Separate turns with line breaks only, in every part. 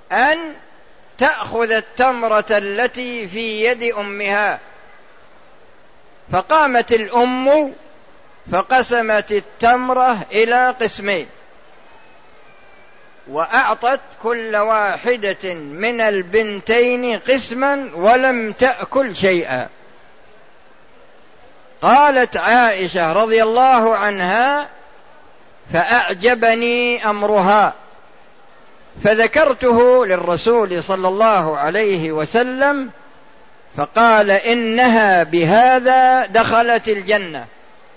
أن تأخذ التمرة التي في يد أمها. فقامت الأم فقسمت التمرة إلى قسمين، وأعطت كل واحدة من البنتين قسما ولم تأكل شيئا. قالت عائشة رضي الله عنها: فأعجبني أمرها، فذكرته للرسول صلى الله عليه وسلم، فقال: إنها بهذا دخلت الجنة.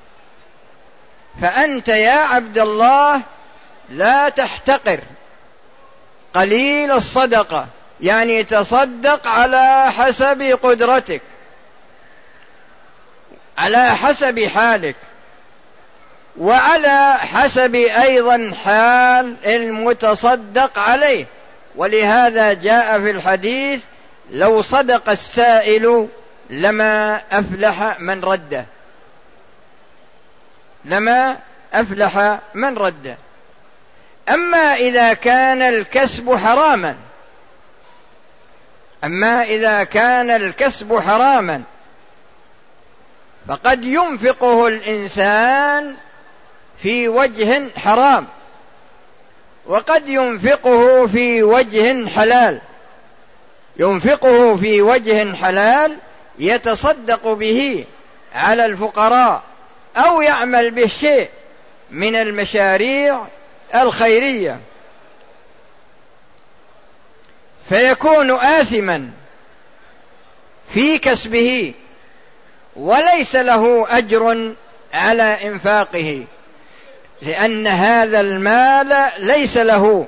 فأنت يا عبد الله لا تحتقر قليل الصدقة، يعني تصدق على حسب قدرتك، على حسب حالك، وعلى حسب أيضا حال المتصدق عليه. ولهذا جاء في الحديث: لو صدق السائل لما أفلح من رده، لما أفلح من رده. أما إذا كان الكسب حراما، أما إذا كان الكسب حراما فقد ينفقه الإنسان في وجه حرام، وقد ينفقه في وجه حلال. ينفقه في وجه حلال يتصدق به على الفقراء، أو يعمل به شيء من المشاريع الخيرية، فيكون آثما في كسبه وليس له أجر على إنفاقه، لأن هذا المال ليس له،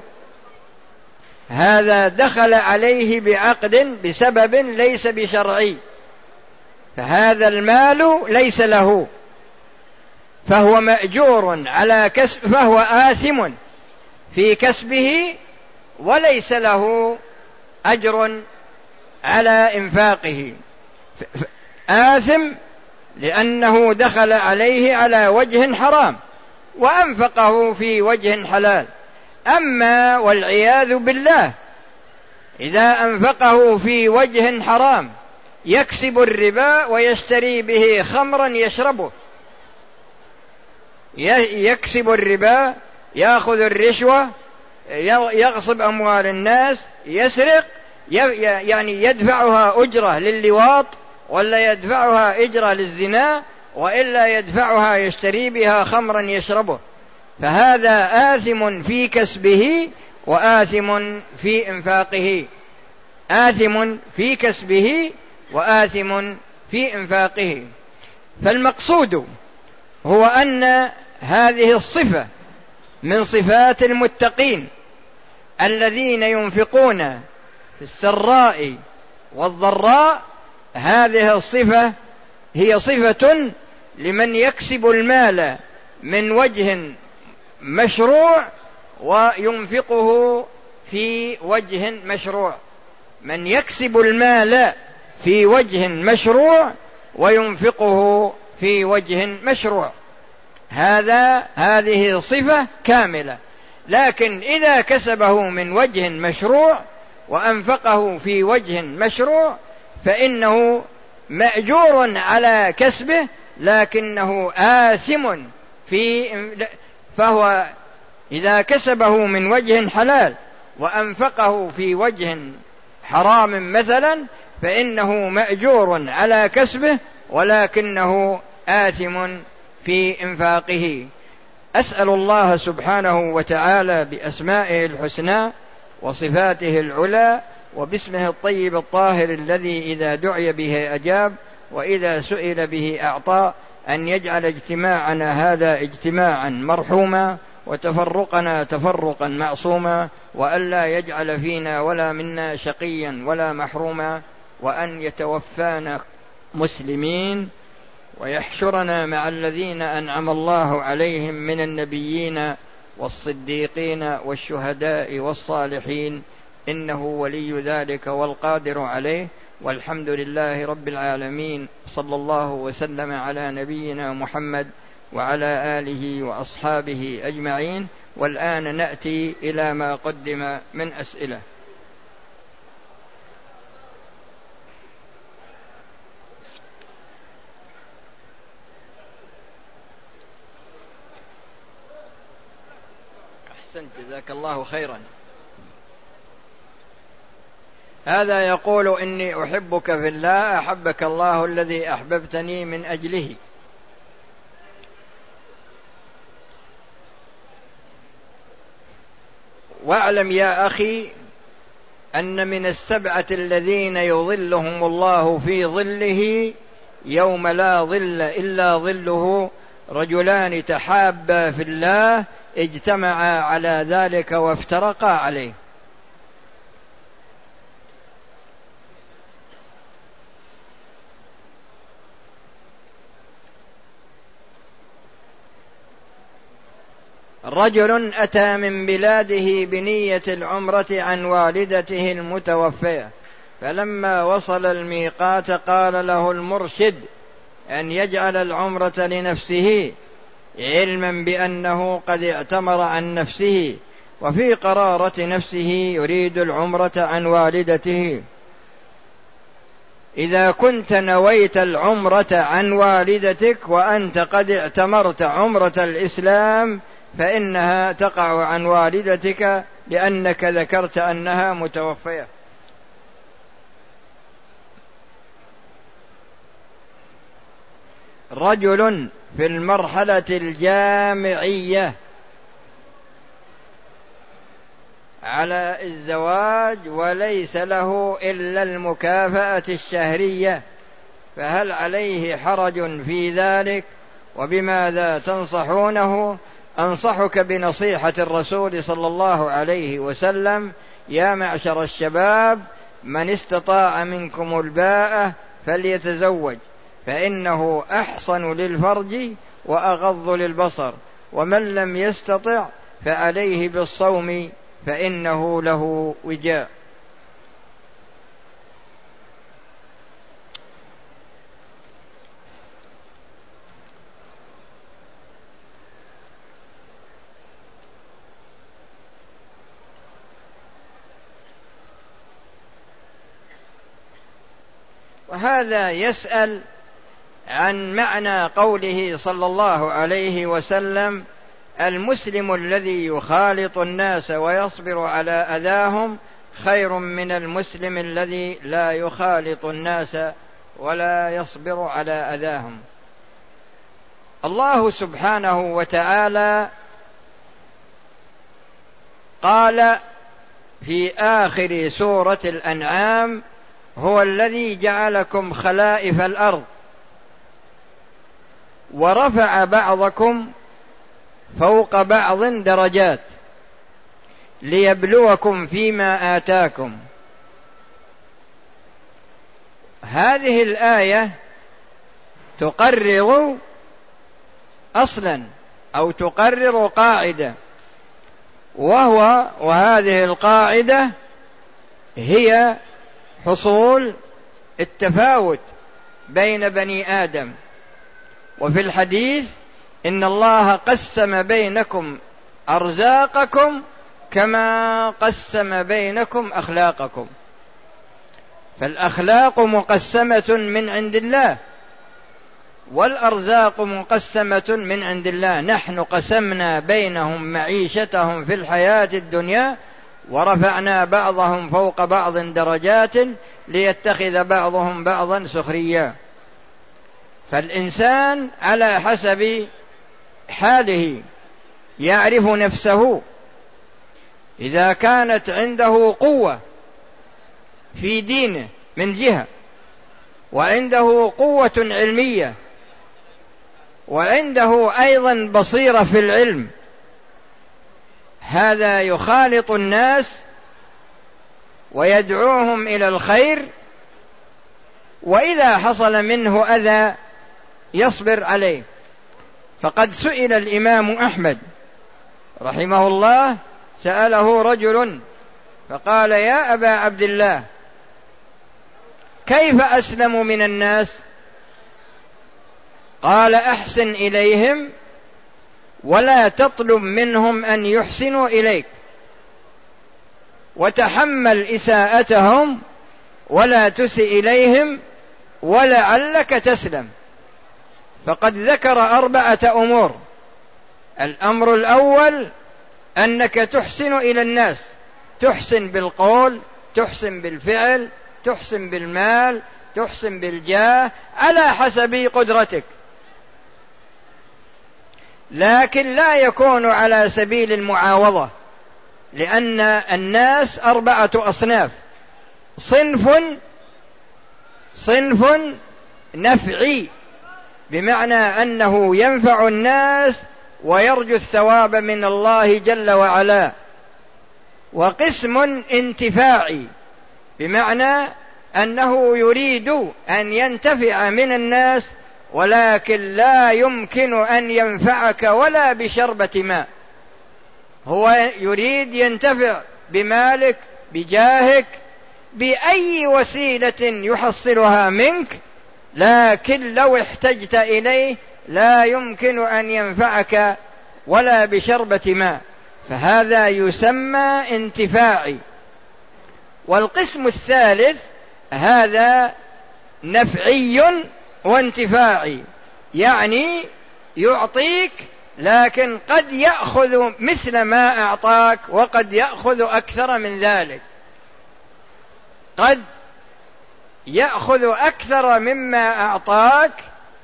هذا دخل عليه بعقد بسبب ليس بشرعي، فهذا المال ليس له، فهو مأجور على كسب، فهو آثم في كسبه وليس له أجر على إنفاقه. آثم لأنه دخل عليه على وجه حرام وأنفقه في وجه حلال. أما والعياذ بالله إذا أنفقه في وجه حرام يكسب الربا ويشتري به خمرا يشربه، يكسب الربا، يأخذ الرشوة، يغصب أموال الناس، يسرق، يعني يدفعها أجرة للواط، ولا يدفعها أجرة للزنا، وإلا يدفعها يشتري بها خمرا يشربه. فهذا آثم في كسبه وآثم في إنفاقه، آثم في كسبه وآثم في إنفاقه. فالمقصود هو أن هذه الصفة من صفات المتقين الذين ينفقون في السراء والضراء. هذه الصفة هي صفة لمن يكسب المال من وجه مشروع وينفقه في وجه مشروع، من يكسب المال في وجه مشروع وينفقه في وجه مشروع، هذه صفة كاملة. لكن إذا كسبه من وجه مشروع وأنفقه في وجه مشروع فإنه مأجور على كسبه، لكنه آثم فهو إذا كسبه من وجه حلال وأنفقه في وجه حرام مثلا فإنه مأجور على كسبه ولكنه آثم في إنفاقه. أسأل الله سبحانه وتعالى بأسمائه الحسنى وصفاته العلى وباسمه الطيب الطاهر الذي إذا دعي به أجاب وإذا سئل به أعطى، أن يجعل اجتماعنا هذا اجتماعا مرحوما وتفرقنا تفرقا معصوما، وألا يجعل فينا ولا منا شقيا ولا محروما، وأن يتوفانا مسلمين ويحشرنا مع الذين أنعم الله عليهم من النبيين والصديقين والشهداء والصالحين، إنه ولي ذلك والقادر عليه. والحمد لله رب العالمين، صلى الله وسلم على نبينا محمد وعلى آله وأصحابه أجمعين. والآن نأتي إلى ما قدم من أسئلة. جزاك الله خيرا. هذا يقول إني أحبك في الله أحبك الله الذي أحببتني من أجله. واعلم يا أخي أن من السبعة الذين يظلهم الله في ظله يوم لا ظل إلا ظله رجلان تحابا في الله اجتمعا على ذلك وافترقا عليه. رجل أتى من بلاده بنية العمرة عن والدته المتوفية، فلما وصل الميقات قال له المرشد أن يجعل العمرة لنفسه علما بأنه قد اعتمر عن نفسه، وفي قرارة نفسه يريد العمرة عن والدته. إذا كنت نويت العمرة عن والدتك وأنت قد اعتمرت عمرة الإسلام فإنها تقع عن والدتك لأنك ذكرت أنها متوفية. رجل في المرحلة الجامعية على الزواج وليس له إلا المكافأة الشهرية، فهل عليه حرج في ذلك؟ وبماذا تنصحونه؟ أنصحك بنصيحة الرسول صلى الله عليه وسلم: يا معشر الشباب من استطاع منكم الباءة فليتزوج فإنه أحصن للفرج وأغض للبصر، ومن لم يستطع فعليه بالصوم فإنه له وجاء. وهذا يسأل عن معنى قوله صلى الله عليه وسلم: المسلم الذي يخالط الناس ويصبر على أذاهم خير من المسلم الذي لا يخالط الناس ولا يصبر على أذاهم. الله سبحانه وتعالى قال في آخر سورة الأنعام: هو الذي جعلكم خلائف الأرض ورفع بعضكم فوق بعض درجات ليبلوكم فيما آتاكم. هذه الآية تقرر أصلا أو تقرر قاعدة، وهذه القاعدة هي حصول التفاوت بين بني آدم. وفي الحديث: إن الله قسم بينكم أرزاقكم كما قسم بينكم أخلاقكم. فالأخلاق مقسمة من عند الله والأرزاق مقسمة من عند الله. نحن قسمنا بينهم معيشتهم في الحياة الدنيا ورفعنا بعضهم فوق بعض درجات ليتخذ بعضهم بعضا سخريا. فالإنسان على حسب حاله يعرف نفسه. إذا كانت عنده قوة في دينه من جهة، وعنده قوة علمية، وعنده أيضا بصيرة في العلم، هذا يخالط الناس ويدعوهم إلى الخير، وإذا حصل منه أذى يصبر عليه. فقد سئل الإمام أحمد رحمه الله، سأله رجل فقال: يا أبا عبد الله، كيف أسلم من الناس؟ قال: أحسن إليهم ولا تطلب منهم أن يحسنوا إليك، وتحمل إساءتهم ولا تسئ إليهم ولعلك تسلم. فقد ذكر 4 أمور. الأمر الأول: أنك تحسن إلى الناس، تحسن بالقول، تحسن بالفعل، تحسن بالمال، تحسن بالجاه، على حسب قدرتك، لكن لا يكون على سبيل المعاوضة، لأن الناس 4 أصناف: صنف نفعي، بمعنى أنه ينفع الناس ويرجو الثواب من الله جل وعلا، وقسم انتفاعي، بمعنى أنه يريد أن ينتفع من الناس ولكن لا يمكن أن ينفعك ولا بشربة ماء، هو يريد ينتفع بمالك، بجاهك، بأي وسيلة يحصلها منك، لكن لو احتجت إليه لا يمكن أن ينفعك ولا بشربة ماء، فهذا يسمى انتفاعي. والقسم الثالث هذا نفعي وانتفاعي، يعني يعطيك لكن قد يأخذ مثل ما أعطاك وقد يأخذ أكثر من ذلك، قد يأخذ أكثر مما أعطاك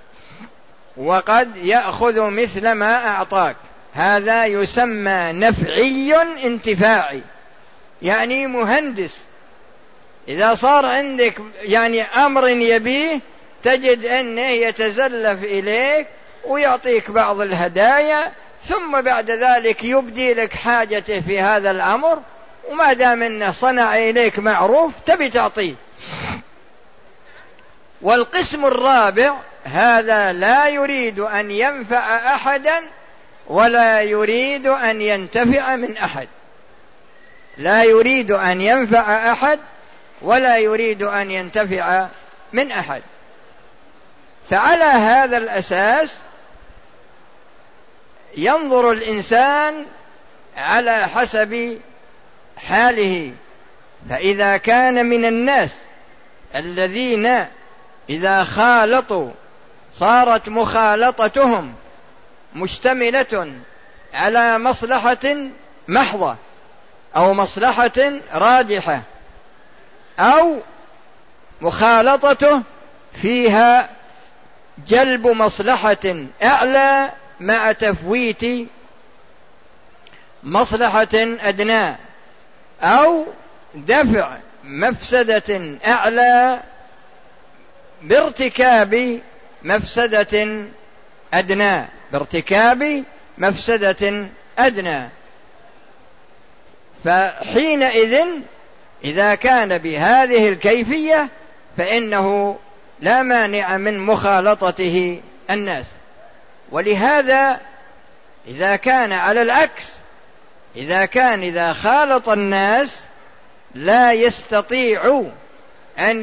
وقد يأخذ مثل ما أعطاك، هذا يسمى نفعي انتفاعي. يعني مهندس إذا صار عندك يعني أمر يبيه تجد أنه يتزلف إليك ويعطيك بعض الهدايا، ثم بعد ذلك يبدي لك حاجته في هذا الأمر، وما دام أنه صنع إليك معروف تبي تعطيه. والقسم الرابع هذا لا يريد أن ينفع أحدا ولا يريد أن ينتفع من أحد، لا يريد أن ينفع أحد ولا يريد أن ينتفع من أحد. فعلى هذا الأساس ينظر الإنسان على حسب حاله، فإذا كان من الناس الذين إذا خالطوا صارت مخالطتهم مشتملة على مصلحة محضة أو مصلحة راجحة، أو مخالطته فيها جلب مصلحة أعلى مع تفويت مصلحة أدنى، أو دفع مفسدة أعلى بارتكاب مفسدة أدنى، فحينئذ إذا كان بهذه الكيفية فإنه لا مانع من مخالطته الناس. ولهذا إذا كان على العكس، إذا خالط الناس لا يستطيع أن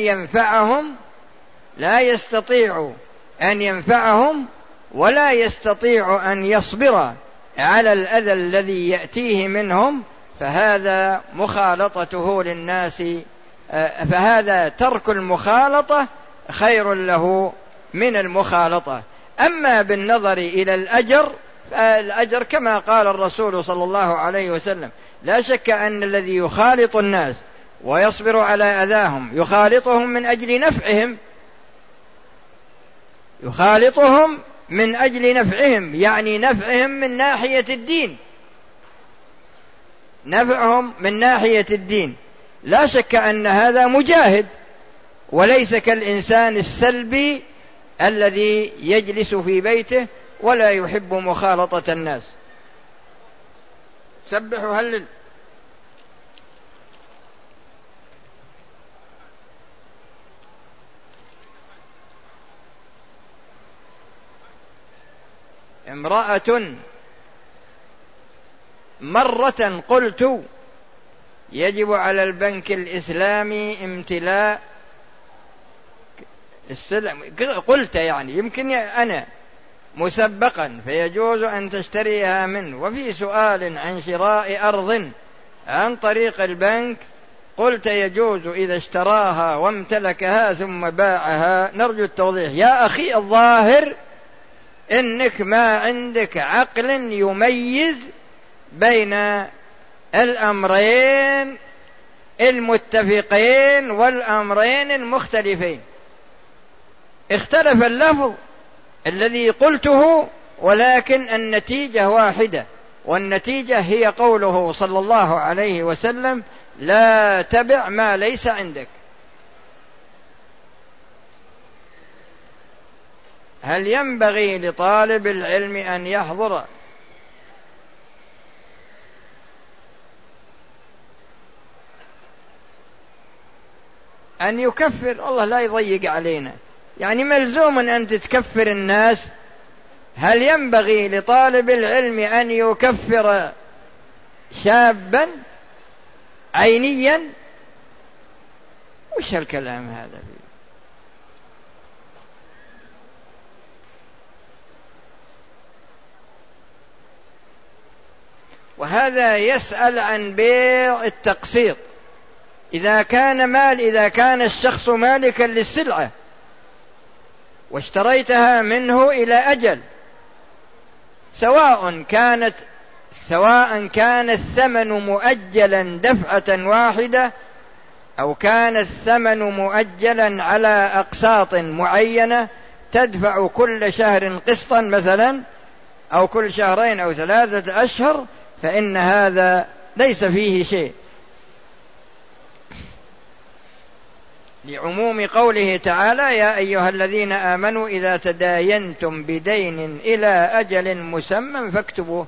ينفعهم ولا يستطيع أن يصبر على الأذى الذي يأتيه منهم، فهذا مخالطته للناس، فهذا ترك المخالطة خير له من المخالطة. أما بالنظر إلى الأجر فالأجر كما قال الرسول صلى الله عليه وسلم: لا شك أن الذي يخالط الناس ويصبر على أذاهم يخالطهم من أجل نفعهم، يعني نفعهم من ناحية الدين، لا شك أن هذا مجاهد، وليس كالإنسان السلبي الذي يجلس في بيته ولا يحب مخالطة الناس. سبحوا هلل. امرأة مرة قلت يجب على البنك الإسلامي امتلاء السلع، قلت يعني يمكن أنا مسبقا فيجوز أن تشتريها منه. وفي سؤال عن شراء أرض عن طريق البنك قلت يجوز إذا اشتراها وامتلكها ثم باعها. نرجو التوضيح. يا أخي الظاهر إنك ما عندك عقل يميز بين الأمرين المتفقين والأمرين المختلفين. اختلف اللفظ الذي قلته ولكن النتيجة واحدة، والنتيجة هي قوله صلى الله عليه وسلم: لا تبع ما ليس عندك. هل ينبغي لطالب العلم أن يحضر أن يكفر؟ الله لا يضيق علينا، يعني ملزوم أن تتكفر الناس. هل ينبغي لطالب العلم أن يكفر شابا عينيا؟ وش الكلام هذا فيه؟ وهذا يسأل عن بيع التقسيط. إذا كان الشخص مالكا للسلعة واشتريتها منه إلى أجل، سواء كان الثمن مؤجلا دفعة واحدة أو كان الثمن مؤجلا على أقساط معينة تدفع كل شهر قسطا مثلا، أو كل شهرين أو 3 أشهر، فإن هذا ليس فيه شيء، لعموم قوله تعالى: يا أيها الذين آمنوا إذا تداينتم بدين إلى أجل مسمى فاكتبوه.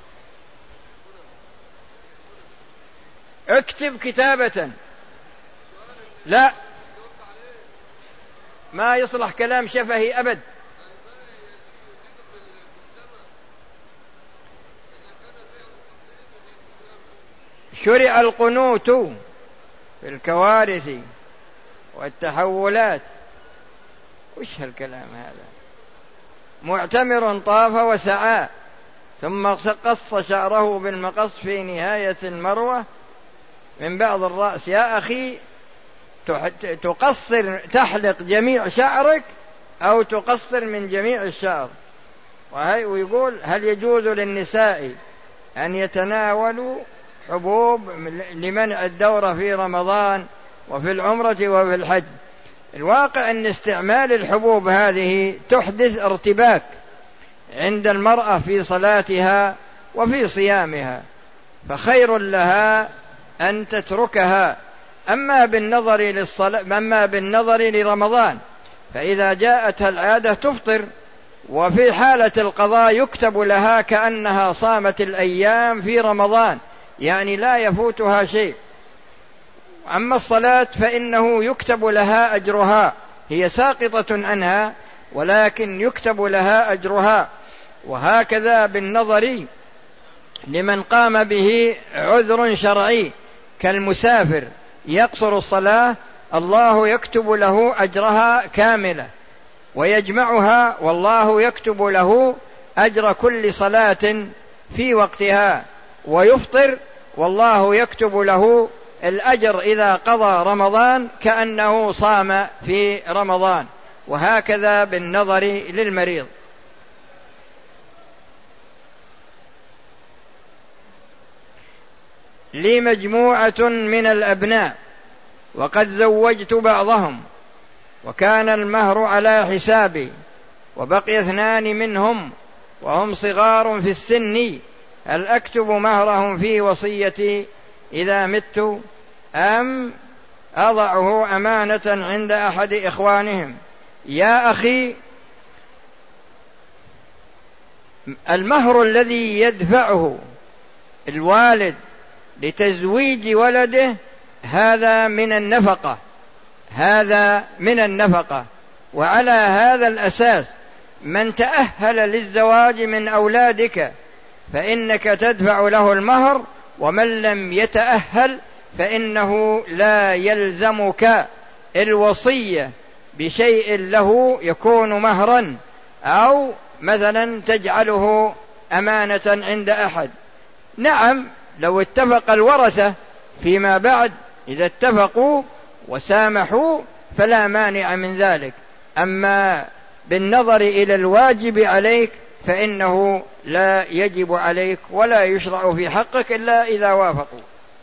اكتب كتابة، لا، ما يصلح كلام شفهي أبد. شرع القنوت في الكوارث والتحولات. وش هالكلام هذا؟ معتمر طاف وسعى ثم قص شعره بالمقص في نهاية المروة من بعض الرأس. يا أخي، تحلق جميع شعرك أو تقصر من جميع الشعر. ويقول: هل يجوز للنساء أن يتناولوا حبوب لمنع الدورة في رمضان وفي العمرة وفي الحج؟ الواقع أن استعمال الحبوب هذه تحدث ارتباك عند المرأة في صلاتها وفي صيامها، فخير لها أن تتركها. أما بالنظر لرمضان فإذا جاءتها العادة تفطر، وفي حالة القضاء يكتب لها كأنها صامت الأيام في رمضان، يعني لا يفوتها شيء. أما الصلاة فإنه يكتب لها أجرها، هي ساقطة عنها ولكن يكتب لها أجرها. وهكذا بالنظر لمن قام به عذر شرعي كالمسافر يقصر الصلاة، الله يكتب له أجرها كاملة ويجمعها، والله يكتب له أجر كل صلاة في وقتها. ويفطر والله يكتب له الأجر إذا قضى رمضان كأنه صام في رمضان. وهكذا بالنظر للمريض. لي مجموعة من الأبناء وقد زوجت بعضهم وكان المهر على حسابي، وبقي 2 منهم وهم صغار في السن، هل أكتب مهرهم في وصيتي إذا مت أم أضعه أمانة عند أحد إخوانهم؟ يا أخي، المهر الذي يدفعه الوالد لتزويج ولده هذا من النفقة، وعلى هذا الأساس من تأهل للزواج من أولادك فإنك تدفع له المهر، ومن لم يتأهل فإنه لا يلزمك الوصية بشيء له يكون مهرا، أو مثلا تجعله أمانة عند أحد. نعم، لو اتفق الورثة فيما بعد، إذا اتفقوا وسامحوا فلا مانع من ذلك. أما بالنظر إلى الواجب عليك فإنه لا يجب عليك ولا يشرع في حقك إلا إذا وافقوا.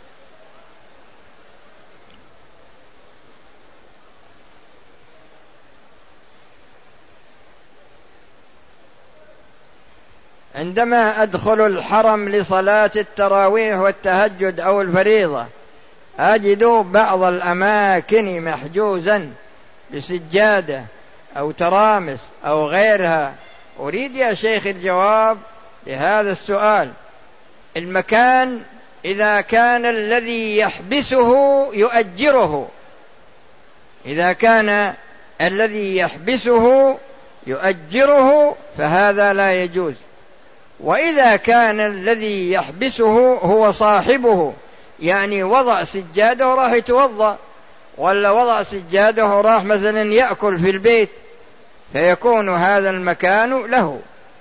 عندما أدخل الحرم لصلاة التراويح والتهجد أو الفريضة أجد بعض الأماكن محجوزا بسجادة أو ترامس أو غيرها. أريد يا شيخ الجواب لهذا السؤال. المكان إذا كان الذي يحبسه يؤجره، إذا كان الذي يحبسه يؤجره فهذا لا يجوز. وإذا كان الذي يحبسه هو صاحبه، يعني وضع سجاده وراح يتوضأ، ولا وضع سجاده وراح مثلا يأكل في البيت، فيكون هذا المكان له.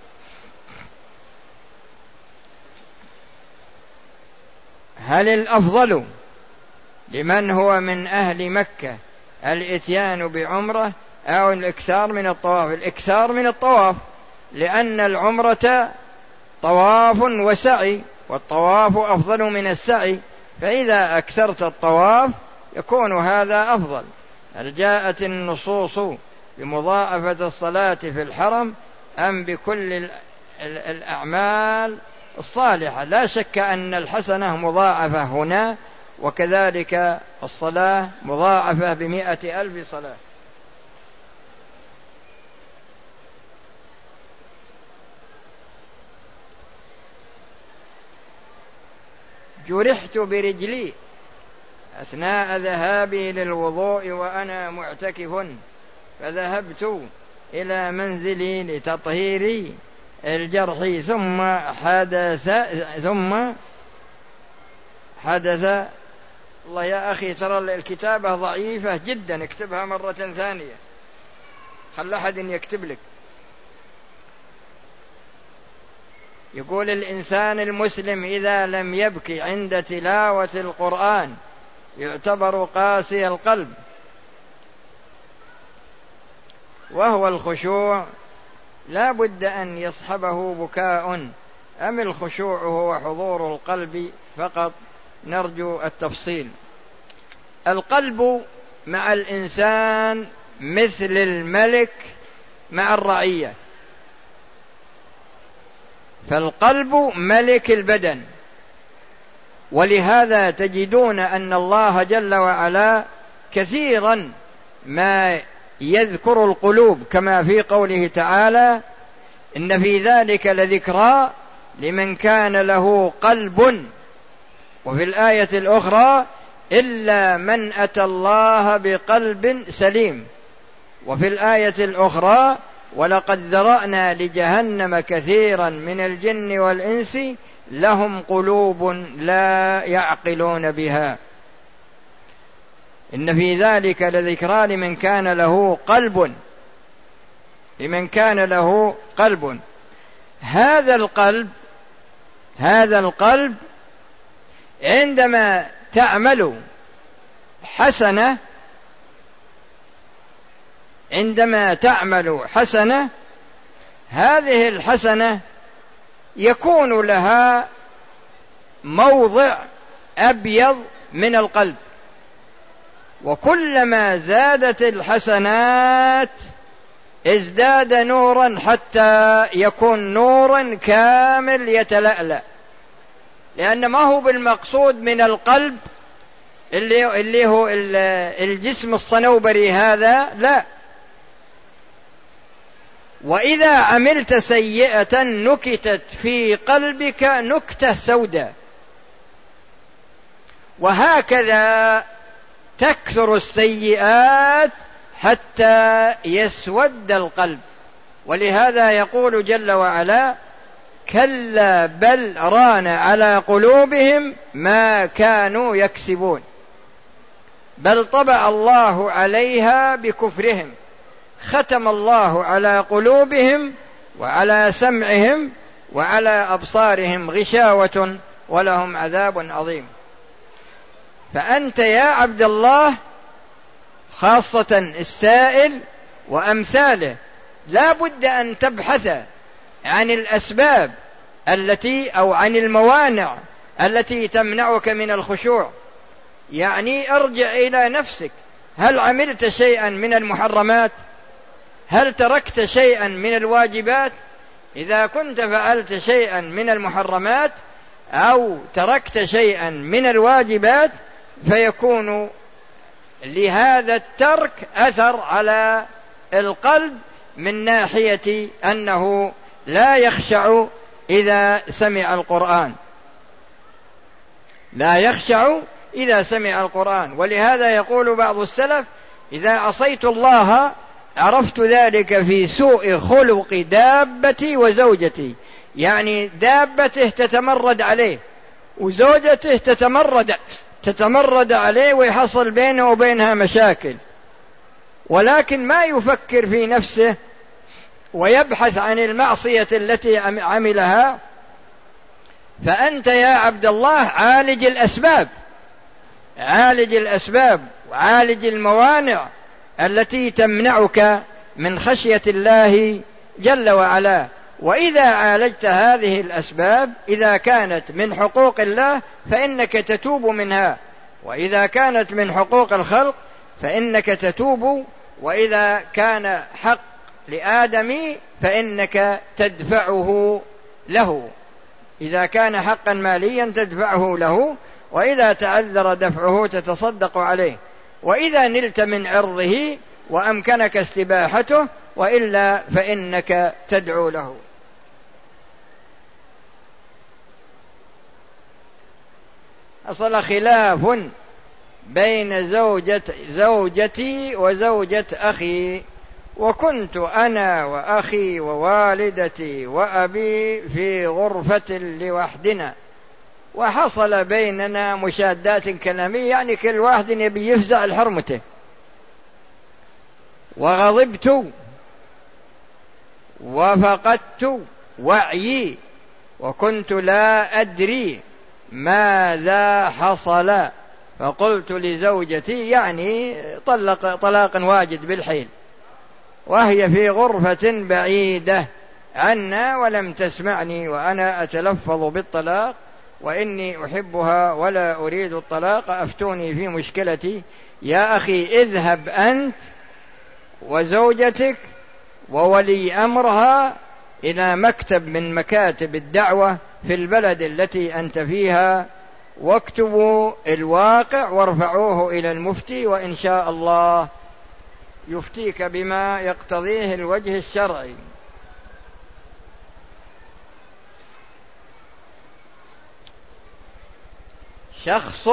هل الأفضل لمن هو من أهل مكة الإتيان بعمرة أو الإكثار من الطواف؟ الإكثار من الطواف، لأن العمرة طواف وسعي، والطواف أفضل من السعي، فإذا أكثرت الطواف يكون هذا أفضل. هل جاءت النصوص بمضاعفة الصلاة في الحرم أم بكل الأعمال الصالحة؟ لا شك أن الحسنة مضاعفة هنا، وكذلك الصلاة مضاعفة 100,000 صلاة. جرحت برجلي أثناء ذهابي للوضوء وأنا معتكف، فذهبت إلى منزلي لتطهير الجرح، ثم حدث الله يا أخي ترى الكتابة ضعيفة جدا، اكتبها مرة ثانية، خل أحد يكتب لك. يقول الإنسان المسلم إذا لم يبكي عند تلاوة القرآن يعتبر قاسي القلب، وهو الخشوع لا بد أن يصحبه بكاء، أم الخشوع هو حضور القلب فقط؟ نرجو التفصيل. القلب مع الإنسان مثل الملك مع الرعية، فالقلب ملك البدن، ولهذا تجدون أن الله جل وعلا كثيرا ما يذكر القلوب، كما في قوله تعالى: إن في ذلك لذكرى لمن كان له قلب، وفي الآية الأخرى: إلا من أتى الله بقلب سليم، وفي الآية الأخرى: ولقد ذرأنا لجهنم كثيرا من الجن والإنس لهم قلوب لا يعقلون بها. إن في ذلك لذكرى لمن كان له قلب، لمن كان له قلب. هذا القلب عندما تعمل حسنة، هذه الحسنة يكون لها موضع أبيض من القلب، وكلما زادت الحسنات ازداد نورا حتى يكون نورا كامل يتلألأ. لأن ما هو بالمقصود من القلب اللي هو الجسم الصنوبري هذا، لا. وإذا عملت سيئة نكتت في قلبك نكتة سوداء، وهكذا تكثر السيئات حتى يسود القلب. ولهذا يقول جل وعلا: كلا بل ران على قلوبهم ما كانوا يكسبون، بل طبع الله عليها بكفرهم، ختم الله على قلوبهم وعلى سمعهم وعلى أبصارهم غشاوة ولهم عذاب عظيم. فأنت يا عبد الله، خاصة السائل وأمثاله، لا بد أن تبحث عن الأسباب التي أو عن الموانع التي تمنعك من الخشوع. يعني ارجع إلى نفسك، هل عملت شيئا من المحرمات؟ هل تركت شيئا من الواجبات؟ إذا كنت فعلت شيئا من المحرمات أو تركت شيئا من الواجبات فيكون لهذا الترك أثر على القلب من ناحية أنه لا يخشع إذا سمع القرآن، لا يخشع إذا سمع القرآن. ولهذا يقول بعض السلف: إذا عصيت الله عرفت ذلك في سوء خلق دابتي وزوجتي. يعني دابته تتمرد عليه وزوجته تتمرد عليه ويحصل بينه وبينها مشاكل، ولكن ما يفكر في نفسه ويبحث عن المعصية التي عملها. فأنت يا عبد الله عالج الأسباب، عالج الأسباب وعالج الموانع التي تمنعك من خشية الله جل وعلا. وإذا عالجت هذه الأسباب إذا كانت من حقوق الله فإنك تتوب منها، وإذا كانت من حقوق الخلق فإنك تتوب، وإذا كان حق لآدم فإنك تدفعه له، إذا كان حقا ماليا تدفعه له، وإذا تعذر دفعه تتصدق عليه، وإذا نلت من عرضه وأمكنك استباحته، وإلا فإنك تدعو له. حصل خلاف بين زوجتي وزوجة أخي، وكنت أنا وأخي ووالدتي وأبي في غرفة لوحدنا، وحصل بيننا مشادات كلامية، يعني كل واحد يبي يفزع لحرمته، وغضبت وفقدت وعيي وكنت لا أدري ماذا حصل، فقلت لزوجتي، يعني طلاقا واجد بالحيل، وهي في غرفة بعيدة عنا ولم تسمعني وأنا أتلفظ بالطلاق وإني أحبها ولا أريد الطلاق، أفتوني في مشكلتي. يا أخي اذهب أنت وزوجتك وولي أمرها إلى مكتب من مكاتب الدعوة في البلد التي أنت فيها، واكتبوا الواقع وارفعوه إلى المفتي، وإن شاء الله يفتيك بما يقتضيه الوجه الشرعي. شخص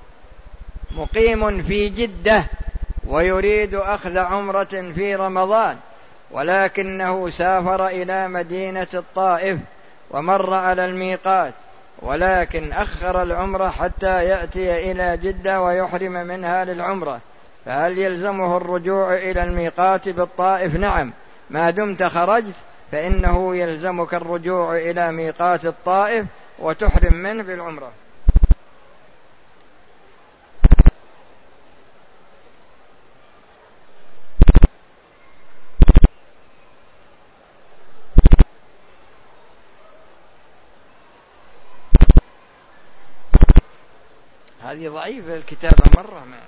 مقيم في جدة ويريد أخذ عمرة في رمضان، ولكنه سافر إلى مدينة الطائف ومر على الميقات، ولكن أخر العمرة حتى يأتي إلى جدة ويحرم منها للعمرة، فهل يلزمه الرجوع إلى الميقات بالطائف؟ نعم، ما دمت خرجت فإنه يلزمك الرجوع إلى ميقات الطائف وتحرم منه بالعمرة. هذه ضعيفة الكتابة مرة ما.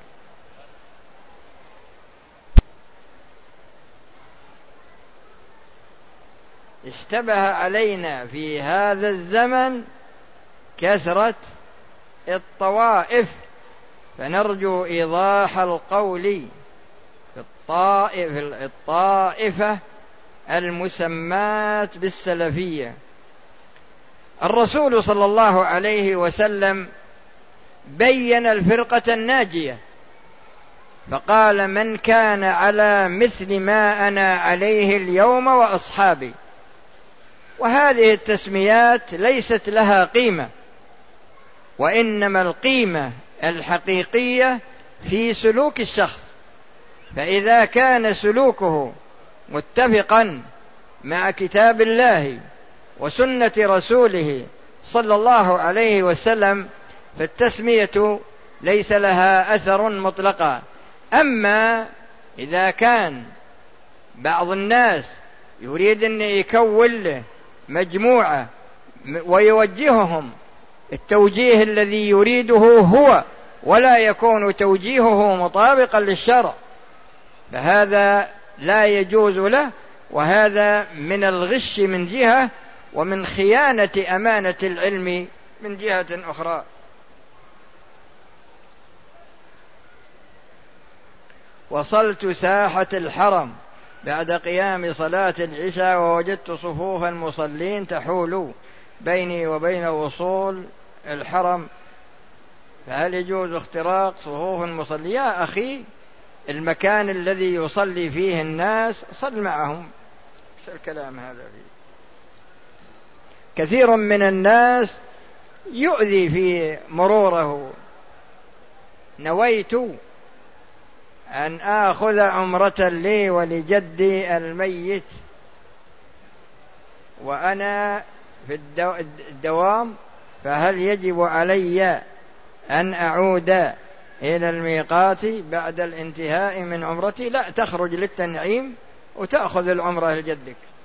اشتبه علينا في هذا الزمن كثرة الطوائف، فنرجو إيضاح القول في الطائفة المسمات بالسلفية. الرسول صلى الله عليه وسلم بين الفرقة الناجية فقال: من كان على مثل ما أنا عليه اليوم وأصحابي. وهذه التسميات ليست لها قيمة، وإنما القيمة الحقيقية في سلوك الشخص، فإذا كان سلوكه متفقا مع كتاب الله وسنة رسوله صلى الله عليه وسلم فالتسمية ليس لها أثر مطلقا. أما إذا كان بعض الناس يريد أن يكون له مجموعة ويوجههم التوجيه الذي يريده هو، ولا يكون توجيهه مطابقا للشرع، فهذا لا يجوز له، وهذا من الغش من جهة، ومن خيانة أمانة العلم من جهة أخرى. وصلت ساحة الحرم بعد قيام صلاة العشاء ووجدت صفوف المصلين تحول بيني وبين وصول الحرم، فهل يجوز اختراق صفوف المصلين؟ يا أخي، المكان الذي يصلي فيه الناس صل معهم. ايش الكلام هذا فيه؟ كثير من الناس يؤذي في مروره. نويت أن آخذ عمرة لي ولجدي الميت وأنا في الدوام، فهل يجب علي أن أعود إلى الميقات بعد الانتهاء من عمرتي؟ لا، تخرج للتنعيم وتأخذ العمرة لجدك.